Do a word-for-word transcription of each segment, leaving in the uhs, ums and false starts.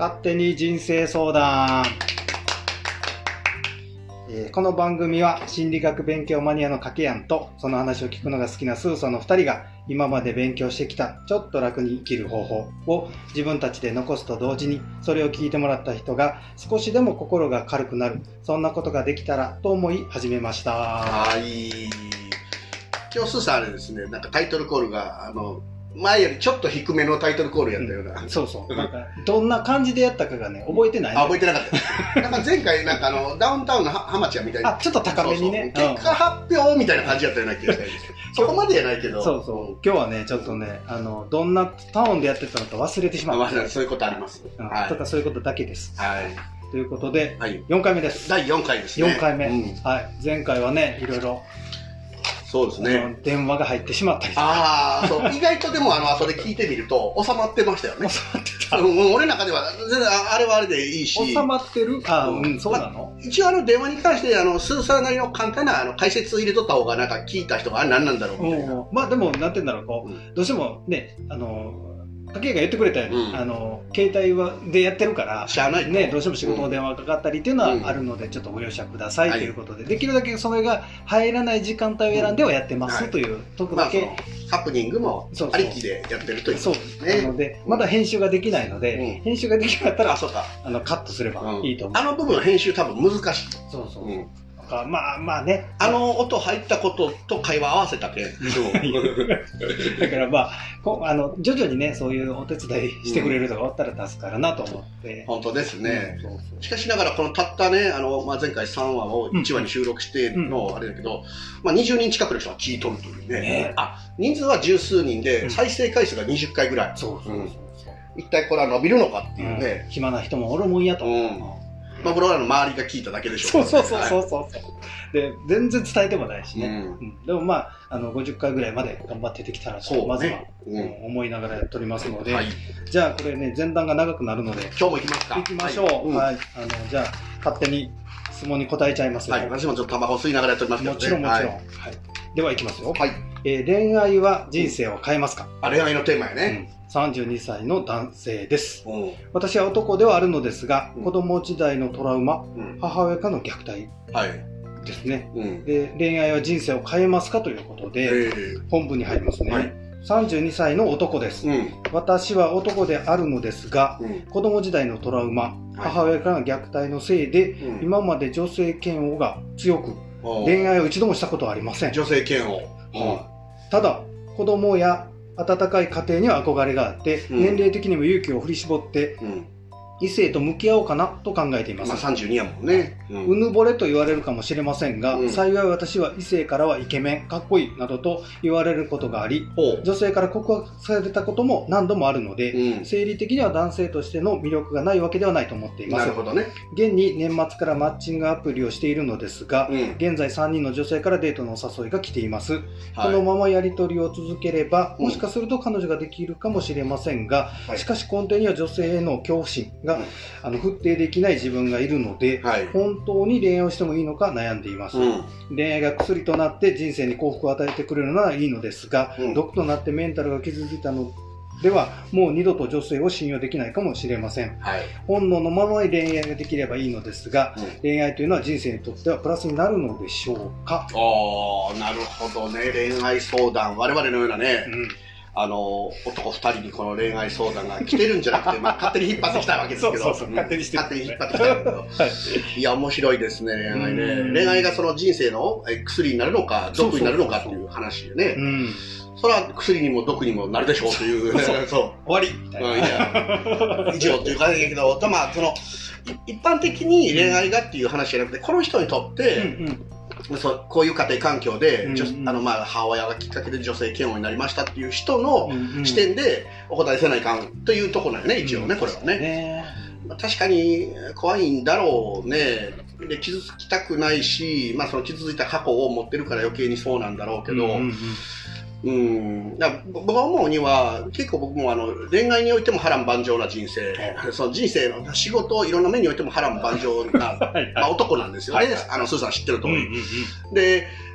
勝手に人生相談。えー、この番組は心理学勉強マニアのかけやんとその話を聞くのが好きなスーソーのふたりが今まで勉強してきたちょっと楽に生きる方法を自分たちで残すと同時にそれを聞いてもらった人が少しでも心が軽くなる、そんなことができたらと思い始めました。 はい。今日スーさんあれですね、なんかタイトルコールがあの前よりちょっと低めのタイトルコールやったような、 うん、そうそう、なんかどんな感じでやったかがね覚えてない、 あ、覚えてなかったなんか前回なんかあのダウンタウンの浜ちゃんみたいな、 あ、ちょっと高めにね、 そうそう、結果発表みたいな感じやったような気がしたんですけどそこまでやないけど、 そうそう、今日はねちょっとね、あのどんなタウンでやってたのか忘れてしまった、 まあ、そういうことあります、 うん、はい、とかそういうことだけです。 はい。 ということで、 はい、 よんかいめです。 だいよんかいですね。 よんかいめ、 うん、 はい。前回はねいろいろそうですね。 電話が入ってしまったりとか。 ああ、そう。意外とでも、あの、後で聞いてみると、収まってましたよね。 収まってた。 うん、俺の中では、全然、あれはあれでいいし。 収まってる？ああ、うん、そうなの、 まあ、一応、あの、電話に関して、あの、スーサーなりの簡単な、あの、解説を入れとった方が、なんか聞いた人が、あれ何なんだろうみたいな。 まあ、でも、なんて言うんだろう、こう、うん、どうしてもね、あの、家計が言ってくれたように、うん、あの携帯はでやってるからしゃあない、 ね、どうしても仕事の電話がかかったりっていうのはあるので、うん、ちょっとご容赦くださいということで、はい、できるだけそれが入らない時間帯を選んではやってます、うん、というとこだけ、 まあ、ハプニングもありきでやってるというそうですね。なのでまだ編集ができないので、うん、編集ができなかったら、あ、そうか、あのカットすればいいと思う、 うん、あの部分編集多分難しい。 そうそう、うん、まあまあね、 あの音入ったことと会話合わせたけんだからまああの徐々にねそういうお手伝いしてくれる人がおったら助かるなと思って、うん、 本当ですね、うん、そうそう。しかしながらこのたったねあの、まあ、前回さんわをいちわに収録してのあれだけど、うん、まあ、にじゅうにん近くの人が聞いとるというね、ね、あ、人数は十数人で再生回数がにじゅっかいぐらい、うん、そうそうそうそう、一体これは伸びるのかっていうね、 うん、暇な人もおるもんやと、うん、 まあ、これは周りが聞いただけでしょう、ね、 そうそうそうそうそう、はい、で全然伝えてもないしね、うんうん、でもまあ、あのごじゅっかいぐらいまで頑張ってできたらと、ね、まずは、うん、思いながらやっておりますので、はい、じゃあこれね前段が長くなるので今日も行きますか。 行きましょう、はい、うん、はい、あのじゃあ勝手に質問に答えちゃいますよ。 はい、私もちょっとタバコ吸いながらやっておりますけどね。 もちろんもちろん、はいはい、では行きますよ。はい、えー、恋愛は人生を変えますか。 あ、恋愛のテーマやね、 うん、さんじゅうにさいの男性です、うん、私は男ではあるのですが、うん、子供時代のトラウマ、うん、母親からの虐待ですね、はい、うん、で恋愛は人生を変えますかということで本文に入りますね、はい、さんじゅうにさいの男です、うん、私は男であるのですが、うん、子供時代のトラウマ、母親からの虐待のせいで、うん、今まで女性嫌悪が強く恋愛を一度もしたことはありません。 女性嫌悪、 うん、ただ子供や温かい家庭には憧れがあって、うん、年齢的にも勇気を振り絞って、うん、異性と向き合おうかなと考えています。 まあさんじゅうにやもんね、 うん、うぬぼれと言われるかもしれませんが、うん、幸い私は異性からはイケメン、かっこいいなどと言われることがあり、女性から告白されたことも何度もあるので、うん、生理的には男性としての魅力がないわけではないと思っています。 なるほどね。 現に年末からマッチングアプリをしているのですが、うん、現在さんにんの女性からデートのお誘いが来ています、はい、このままやり取りを続ければ、もしかすると彼女ができるかもしれませんが、うん、しかし根底には女性への恐怖心が、うん、あの不定できない自分がいるので、はい、本当に恋愛をしてもいいのか悩んでいます、うん、恋愛が薬となって人生に幸福を与えてくれるならいいのですが、うん、毒となってメンタルが傷ついたのではもう二度と女性を信用できないかもしれません、はい、本能のままに恋愛ができればいいのですが、うん、恋愛というのは人生にとってはプラスになるのでしょうか。 ああ、なるほどね。恋愛相談、我々のようなね、うん、あの男ふたりにこの恋愛相談が来てるんじゃなくて、まあ、勝手に引っ張ってきたわけですけど、 そうそうそう、勝手にしてる、 勝手に引っ張ってきたわけだけど、はい、いや面白いですね、恋愛ね。恋愛がその人生の薬になるのか毒になるのかっていう話でね。それは薬にも毒にもなるでしょうという、そうそう終わりみたいな、うん、いや以上という感じだけど、まあその一般的に恋愛がっていう話じゃなくて、この人にとって、うんうん、そうこういう家庭環境で、うんうん、あのまあ母親がきっかけで女性嫌悪になりましたっていう人の視点でお答えせないかんというところなんよね、一応ね、これはね。まあ、確かに怖いんだろうね。で傷つきたくないし、まあ、その傷ついた過去を持ってるから余計にそうなんだろうけど、うんうんうん、だ僕が思うには結構僕もあの恋愛においても波乱万丈な人生、その人生の仕事いろんな面においても波乱万丈な、はいはい、まあ、男なんですよね、はいはい、あのスーさん知ってる通り、うんうんうん、で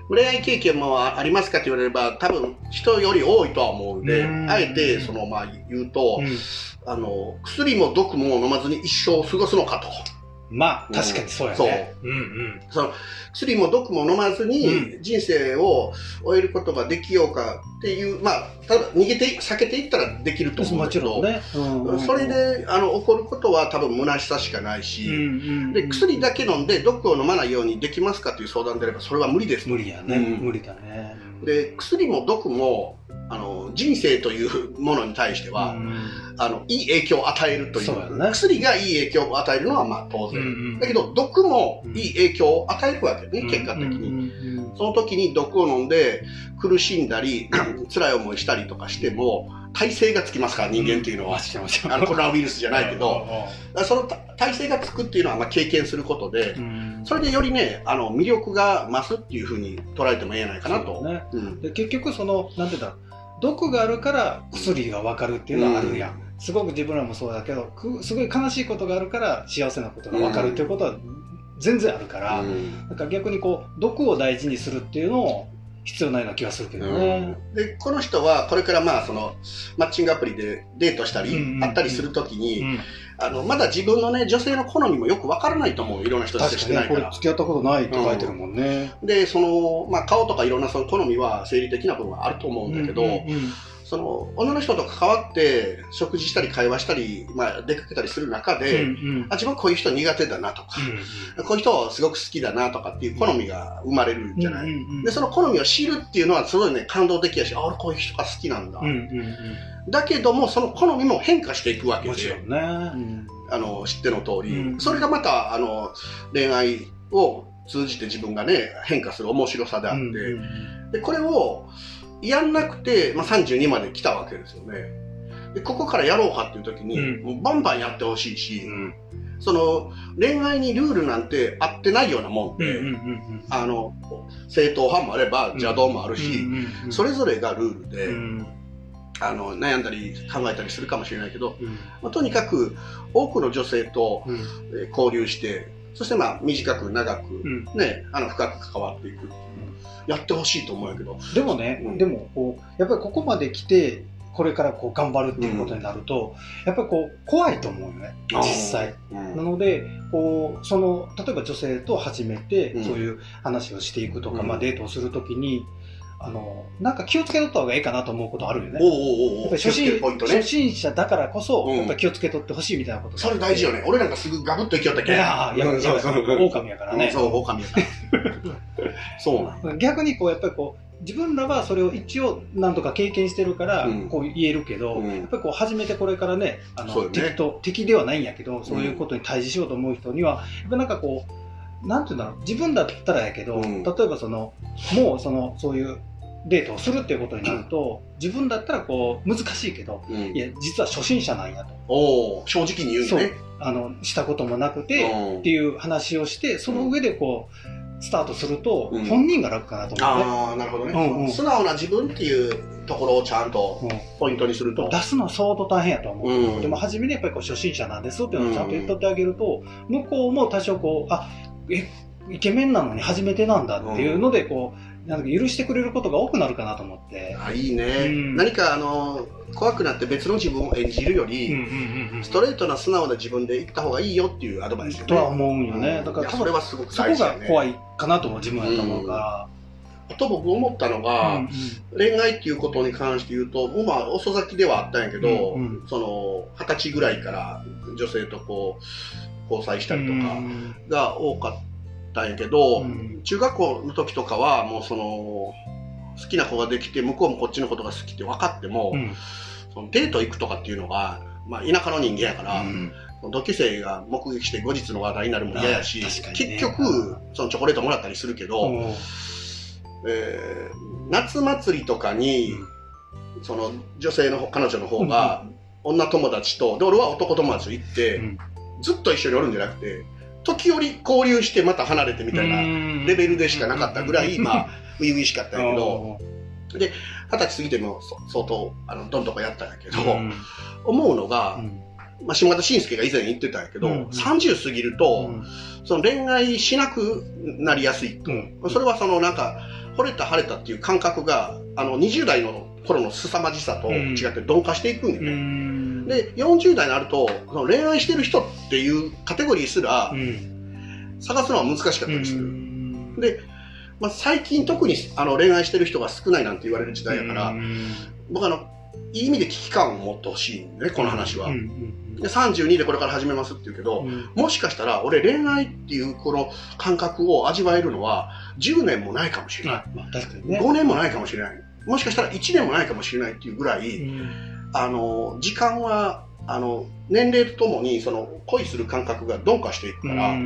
恋愛経験もありますかって言われれば多分人より多いとは思うので、あえてそのまあ言うと、うん、あの薬も毒も飲まずに一生を過ごすのかと。 まあ確かにそうやね。 そう。うんうん。その薬も毒も飲まずに人生を終えることができようかっていう、まあただ逃げて避けていったらできると思うんだけど、ねうんうん、それであの起こることは多分虚しさしかないし、うんうんうん、で薬だけ飲んで毒を飲まないようにできますかという相談であればそれは無理です。 無理やね。うん、無理だね。 で薬も毒もあの人生というものに対しては、うん、あのいい影響を与えるという、ね、薬がいい影響を与えるのはまあ当然、うんうん、だけど毒もいい影響を与えるわけね、うん、結果的に、うんうん、その時に毒を飲んで苦しんだり辛い思いしたりとかしても耐性がつきますから人間っていうのは、うん、あのコロナウイルスじゃないけどその耐性がつくっていうのはまあ経験することで、うん、それでよりねあの魅力が増すっていうふうに捉えてもいいんじゃないかなと、ねうん、で結局そのなんていうんだろう毒があるから薬が分かるっていうのはあるやん、うん、すごく自分らもそうだけどすごい悲しいことがあるから幸せなことが分かるっていうことは全然あるから、うん、だから逆にこう毒を大事にするっていうのを必要ないような気がするけどね、 うん、でこの人はこれからまあそのマッチングアプリでデートしたり、うんうん、会ったりするときに、うん、あのまだ自分のね女性の好みもよく分からないと思ういろんな人たちしてないから、 これ付き合ったことないって書いてるもんね、 うん、でその、まあ、顔とかいろんなその好みは生理的な部分はあると思うんだけど、うんうんうんその女の人と関わって食事したり会話したり、まあ、出かけたりする中で、うんうん、あ自分こういう人苦手だなとか、うんうん、こういう人すごく好きだなとかっていう好みが生まれるんじゃない、うんうんうん、でその好みを知るっていうのはすごいね感動的やしあ俺こういう人が好きなんだ、うんうんうん、だけどもその好みも変化していくわけでもちろんね、うん、 あの知っての通り、うん、それがまたあの恋愛を通じて自分がね変化する面白さであって、うんうん、でこれをやんなくて、まあ、さんじゅうにまで来たわけですよね。でここからやろうかっていう時に、うん、もうバンバンやってほしいし、うん、その恋愛にルールなんて合ってないようなもんで、うんうんうんうん、あの正統派もあれば邪道もあるし、うんうんうんうん、それぞれがルールで、うん、あの悩んだり考えたりするかもしれないけど、うんまあ、とにかく多くの女性と、うんえー、交流してそしてまあ短く長く、うんね、あの深く関わっていく。やってほしいと思うんやけどでもね、うん、でもこうやっぱりここまで来てこれからこう頑張るっていうことになると、うん、やっぱりこう怖いと思うよね実際、うん、なのでこうその例えば女性と初めてそういう話をしていくとか、うんまあ、デートをするときにあのなんか気をつけとった方がいいかなと思うことあるよね。おうおうおうやっぱり初心、ね、初心者だからこそ、うん、やっぱ気をつけとってほしいみたいなことそれ大事よね。俺なんかすぐガブッといきよったっけ。いやいや、 うん、そうそう狼やからね。 そう狼やからそうなん逆にこうやっぱりこう自分らはそれを一応なんとか経験してるからこう言えるけど、うん、やっぱりこう初めてこれからねあの、ね、敵と敵ではないんやけどそういうことに対峙しようと思う人にはやっぱなんかこうなんていうんだろう自分だったらやけど、うん、例えばそのもうそのそういうデートをするっていうことになると、うん、自分だったらこう難しいけど、うん、いや実は初心者なんやとお正直に言うねそうあのしたこともなくてっていう話をしてその上でこうスタートすると、うん、本人が楽かなと思って、 ああなるほどね、うんうん、素直な自分っていうところをちゃんとポイントにすると、 うん、出すのは相当大変やと思う、うん、でも初めにやっぱりこう初心者なんですっていうのをちゃんと言っとってあげると、うん、向こうも多少こうあえイケメンなのに初めてなんだっていうのでこうなんか許してくれることが多くなるかなと思ってあいいね、うん、何かあの怖くなって別の自分を演じるより、うんうんうんうん、ストレートな素直な自分で行った方がいいよっていうアドバイスよねとは思うんよね、うん、だからそれはすごく大事だねそこが怖いかなと思う自分やと思うから、 うん、あと僕思ったのが、うんうん、恋愛っていうことに関して言うともうまあ遅咲きではあったんやけど、うんうん、その二十歳ぐらいから女性とこう交際したりとかが多かったんやけど、うん、中学校の時とかはもうその好きな子ができて向こうもこっちのことが好きって分かっても、うん、そのデート行くとかっていうのが、まあ、田舎の人間やから、うん、同級生が目撃して後日の話題になるも嫌やし、ね、結局そのチョコレートもらったりするけど、うんえー、夏祭りとかに、うん、その女性の彼女の方が、うん、女友達とで俺は男友達と行って、うん、ずっと一緒におるんじゃなくて時折交流してまた離れてみたいなレベルでしかなかったぐらい、まあ、初々しかったんやけど、で、二十歳過ぎても相当、あの、どんどこやったんやけど、うん、思うのが、うん、まあ、島田紳介が以前言ってたんやけど、うん、さんじゅう過ぎると、うん、その恋愛しなくなりやすいと。うん、それはそのなんか、 惚れた晴れたっていう感覚があのにじゅう代の頃の凄まじさと違って鈍化していくんよね、うん、でよんじゅう代になるとその恋愛してる人っていうカテゴリーすら探すのは難しかったりする、うん、で、まあ、最近特にあの恋愛してる人が少ないなんて言われる時代やから、うん、僕あのいい意味で危機感を持ってほしいんでねこの話は、うんうん、でさんじゅうにでこれから始めますって言うけど、うん、もしかしたら俺恋愛っていうこの感覚を味わえるのはじゅうねんもないかもしれない、まあ確かにね、ごねんもないかもしれない、もしかしたらいちねんもないかもしれないっていうぐらい、うん、あの時間はあの年齢とともにその恋する感覚が鈍化していくから、うん、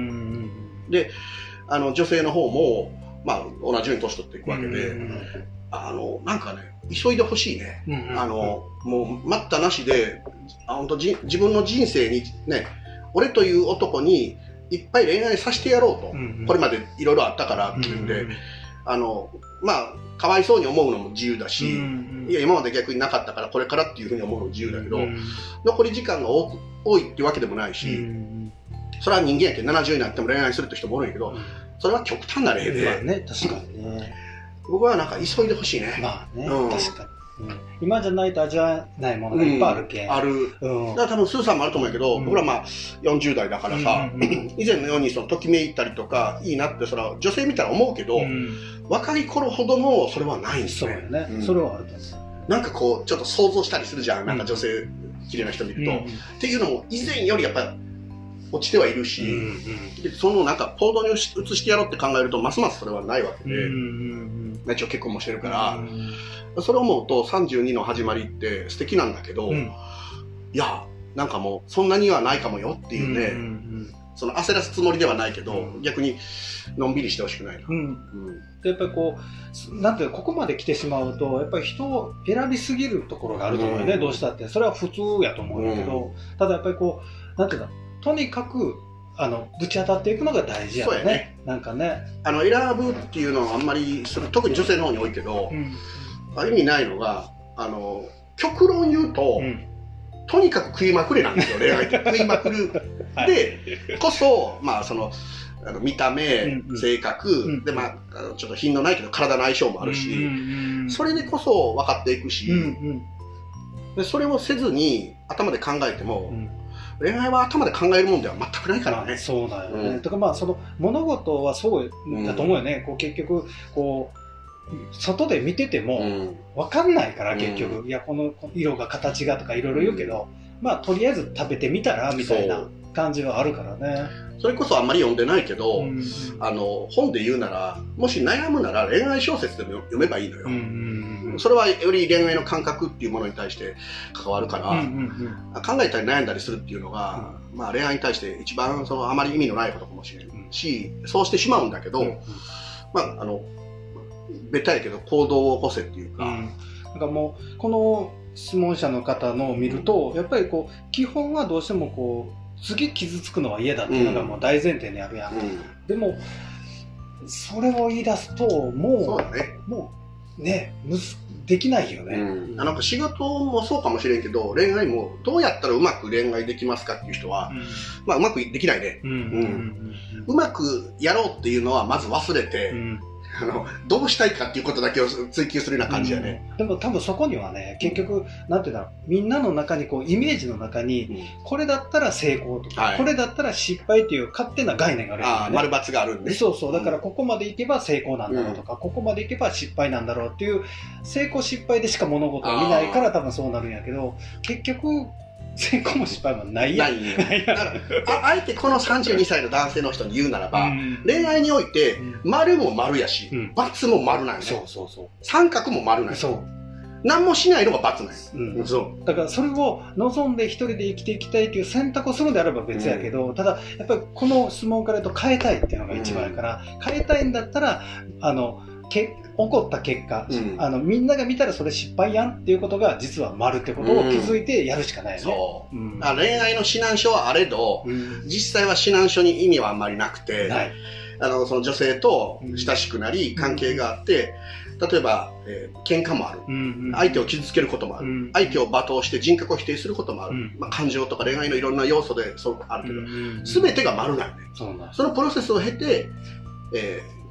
であの女性の方も、まあ、同じように年取っていくわけで、うん、あのなんかね急いでほしいね、うんうん、あのもう待ったなしであ本当じ自分の人生にね俺という男にいっぱい恋愛させてやろうと、うんうん、これまでいろいろあったからっていうんで、うんうん、あのまあかわいそうに思うのも自由だし、うんうん、いや今まで逆になかったからこれからっていうふうに思うのも自由だけど、うん、残り時間が多く多いっていうわけでもないし、うん、それは人間やけどななじゅうになっても恋愛するって人もおるんやけど、うん、それは極端な例で、 まあね、確かにね僕はなんか急いでほしいね。 まあね、うん、確かに。うん、今じゃないと味わえないものがいっぱいあるけん、 うん、ある、うん、だから多分スーさんもあると思うけど、うん、僕らまあよんじゅう代だからさ、うんうんうん、以前のようにそのときめいたりとかいいなってそれは女性見たら思うけど、うん、若い頃ほどのそれはないんですね。 そうよね、うん、それはあると思う。 なんかこうちょっと想像したりするじゃん、なんか女性綺麗な人見ると、うん、っていうのも以前よりやっぱり落ちてはいるし、うんうん、でそのなんか行動に移してやろうって考えるとますますそれはないわけで、うんうんうん、一応結婚もしてるから、うんうん、それを思うとさんじゅうにの始まりって素敵なんだけど、うん、いやなんかもうそんなにはないかもよっていうね、うんうんうん、その焦らすつもりではないけど、うん、逆にのんびりしてほしくないな、うんうん、 でやっぱりこうなんていうここまで来てしまうとやっぱり人を選びすぎるところがあると思うよね、うん、どうしたってそれは普通やと思うんだけど、うん、ただやっぱりこうなんていうかとにかくあのぶち当たっていくのが大事やね。ねなんかねあの選ぶっていうのはあんまりその特に女性の方に多いけど、うん、意味ないのがあの極論言うと、うん、とにかく食いまくれなんですよ恋愛って食いまくるはい、でこそまあそのあの見た目、うんうん、性格、うん、でまあちょっと品のないけど体の相性もあるし、うんうんうん、それでこそ分かっていくし、うんうん、でそれをせずに頭で考えても、うん恋愛は頭で考えるもんでは全くないからね。 まあ、そうだよね。うん、とかまあその物事はそうだと思うよね。うん、こう結局こう外で見てても分かんないから結局、うん、いやこの色が形がとかいろいろ言うけど、うん、まあとりあえず食べてみたらみたいな感じはあるからね。 それこそあんまり読んでないけど、うん、あの本で言うならもし悩むなら恋愛小説でも読めばいいのよ。うんうん、それはより恋愛の感覚っていうものに対して関わるから、うんうんうん、考えたり悩んだりするっていうのが、うんまあ、恋愛に対して一番そのあまり意味のないことかもしれないし、うん、そうしてしまうんだけど、うんうんまあ、あのベタやけど行動を起こせっていうか、うん、 なんかもうこの質問者の方のを見ると、うん、やっぱりこう基本はどうしてもこう次傷つくのは嫌だっていうのがもう大前提にあるやん、うん、でもそれを言い出すともう、 そうだね、 もうねむずできないよね、 うん、なんか仕事もそうかもしれんけど恋愛もどうやったらうまく恋愛できますかっていう人は、うんまあ、うまくできないね、うんうんうんうん、うまくやろうっていうのはまず忘れて、うんあのどうしたいかっていうことだけを追求するような感じやね、 うん、でも多分そこにはね結局、うん、なんていうんだろうみんなの中にこうイメージの中に、うん、これだったら成功とか、はい、これだったら失敗っていう勝手な概念があるよね。 あ丸×があるんでそうそうだからここまでいけば成功なんだろうとか、うん、ここまでいけば失敗なんだろうっていう成功失敗でしか物事を見ないから多分そうなるんやけど結局成功も失敗もないやん。ないね。だからあ、あえてこのさんじゅうにさいの男性の人に言うならば、うん、恋愛において、うん、丸も丸やし、うん、×も丸なんやね。 そうそうそう。 三角も丸なんや。そう。何もしないのが×なんや。 うん。そう。だからそれを望んで一人で生きていきたいという選択をするのであれば別やけど、うん、ただやっぱりこの質問から言うと変えたいっていうのが一番やから、うん、変えたいんだったら、あの、け起こった結果、うん、あのみんなが見たらそれ失敗やんっていうことが実は丸ってことを気づいてやるしかないよね、うんそう、 うん、あ恋愛の指南書はあれど、うん、実際は指南書に意味はあんまりなくてないあのその女性と親しくなり、うん、関係があって例えば、えー、喧嘩もある、うんうん、相手を傷つけることもある、うん、相手を罵倒して人格を否定することもある、うんまあ、感情とか恋愛のいろんな要素でそうあるけど、うんうん、全てが丸なんで、ね、そ, そのプロセスを経て、えー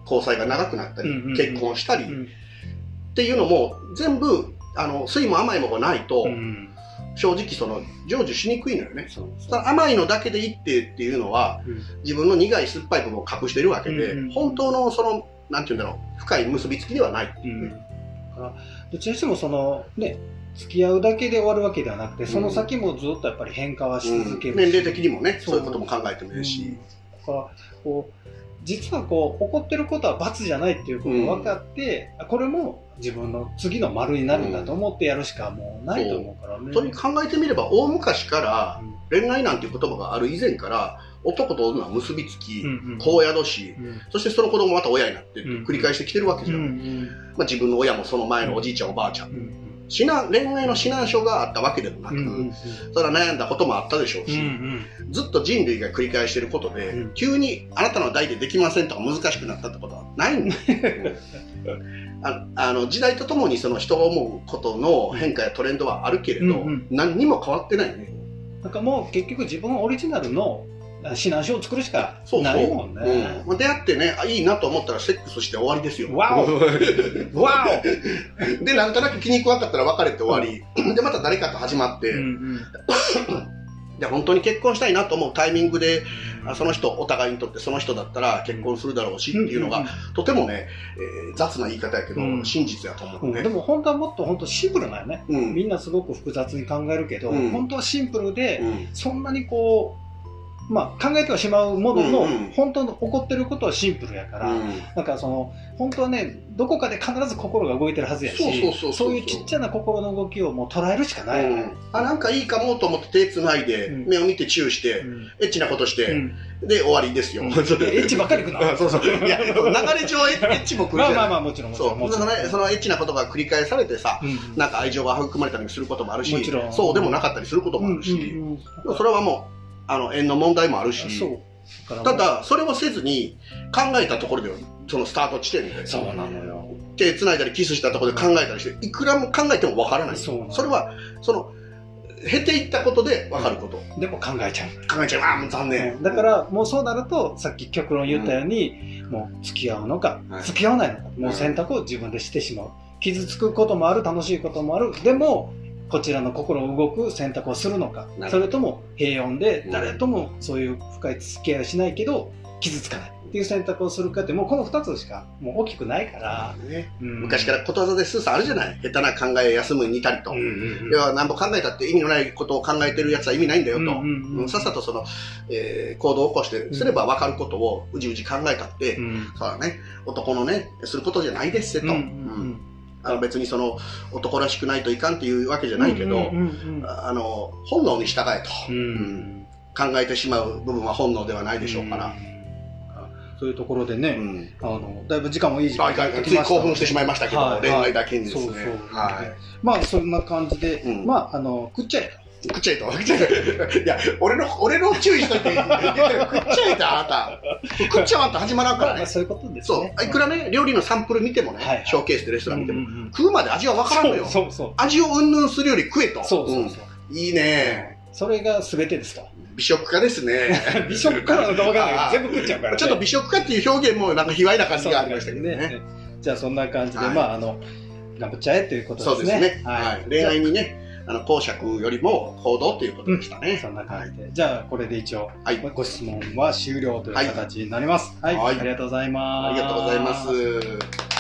交際が長くなったり、 うんうんうん、 結婚したり、 うん、 っていうのも全部あの酸いも甘いもがないと、うん、正直その成就しにくいのよね。そうそう、甘いのだけでいってっていうのは、うん、自分の苦い酸っぱい部分を隠しているわけで、うんうん、本当のそのなんていうんだろう、深い結びつきではないっていうね。 うん、どちらにしてもそのね、付き合うだけで終わるわけではなくて、その先もずっとやっぱり変化はし続けるし、うん、 年齢的にもね、そういうことも考えてもいいし、うん、 だからこう実はこう起こってることは罰じゃないっていうことが分かって、うん、これも自分の次の丸になるんだと思ってやるしかもうないと思うからね。 本当に考えてみれば大昔から恋愛なんていう言葉がある以前から男と女は結びつき、子宿し、うん、そしてその子供また親になってって繰り返してきてるわけじゃん、うんうん、まあ、自分の親もその前のおじいちゃんおばあちゃん、うんうん、指南恋愛の指南書があったわけでもなく、うんうん、それは悩んだこともあったでしょうし、うんうん、ずっと人類が繰り返していることで、うん、急にあなたの代でできませんとか難しくなったってことはないんだああの時代とともにその人が思うことの変化やトレンドはあるけれど、うんうん、何にも変わってないね。 なんかもう結局自分オリジナルの指南書を作るしかないもんね。そうそう、 うん、出会ってね、いいなと思ったらセックスして終わりですよ。 わおわおで、なんとなく気に食わなかったら別れて終わり、うん、でまた誰かと始まって、うんうん、で本当に結婚したいなと思うタイミングで、うん、その人お互いにとってその人だったら結婚するだろうしっていうのが、うんうんうん、とてもね、えー、雑な言い方やけど、うん、真実やと思うね、うん、 でも本当はもっと本当シンプルなよね、うん、みんなすごく複雑に考えるけど、うん、本当はシンプルで、うん、そんなにこうまあ、考えてはしまうものの、うんうん、本当の起こってることはシンプルやから、うん、なんかその本当はねどこかで必ず心が動いてるはずやし、そういうちっちゃな心の動きをもう捉えるしかないよね、 うん、あなんかいいかもと思って手つないで、うん、目を見てチューして、うん、エッチなことして、うん、で終わりですよ、うん、エッチばっかりくなそうそういや流れ上エッチも来るじゃない。 まあまあまあもちろんもちろんそうその、ね、そのエッチなことが繰り返されてさ、うん、なんか愛情が育まれたりすることもあるし、そうでもなかったりすることもあるし、うんうんうん、それはもうあの縁の問題もあるし、ただそれをせずに考えたところでそのスタート地点でそうなのよ手つないだりキスしたところで考えたりしていくらも考えてもわからない。そ, それはその経ていったことでわかること、 うん、でも考えちゃう考えちゃうああもう残念、 うん、だからもうそうなるとさっき極論言ったように、うん、もう付き合うのか、はい、付き合わないのかもう選択を自分でしてしまう、傷つくこともある楽しいこともあるでもこちらの心を動く選択をするのか、それとも平穏で誰ともそういう深い付き合いはしないけど傷つかないっていう選択をするかってもうこのふたつしかもう大きくないから、 ねうん、昔からことわざでスーさんあるじゃない。下手な考え休むに似たりと、うんうんうん、いや何も考えたって意味のないことを考えてるやつは意味ないんだよと、うんうんうん、さっさとその、えー、行動を起こしてすれば分かることをうじうじ考えたって、うん、そうだね男のねすることじゃないですってと、うんうんうんあの別にその男らしくないといかんっていうわけじゃないけど、うんうんうんうん、あの本能に従えと、うんうん、考えてしまう部分は本能ではないでしょうから、うん、 そういうところでね、うん、あのだいぶ時間もいい時間になってきました。 つい興奮してしまいましたけど、はい、恋愛だけにですね。 そうそうはい、まあそんな感じで、うん、まああの食っちゃえと。 食っちゃえと。食っちゃえと。いや、俺の、俺の注意しといて、食っちゃえと、あなた。食っちゃわんと始まらんからね。 まあ、そういうことですね。 そう。いくらね、料理のサンプル見てもね、はいはい、ショーケースでレストラン見ても、うんうんうん、食うまで味は分からんのよ。そうそうそう。味をうんぬんするより食えと。そうそうそう。うん、いいね。 それが全てですか。 美食家ですね。 美食家なのか分からないけど、全部食っちゃうからね。 ちょっと美食家っていう表現もなんか卑猥な感じがありましたけどね。ねじゃあそんな感じで、はい、まああの、頑張っちゃえということですね。 そうですね。はい。恋愛にね。あの公爵よりも行動ということでしたね、 うん、そんな感じで、はい、じゃあこれで一応、はい、ご質問は終了という形になります、はいはい、ありがとうございます。 ありがとうございます。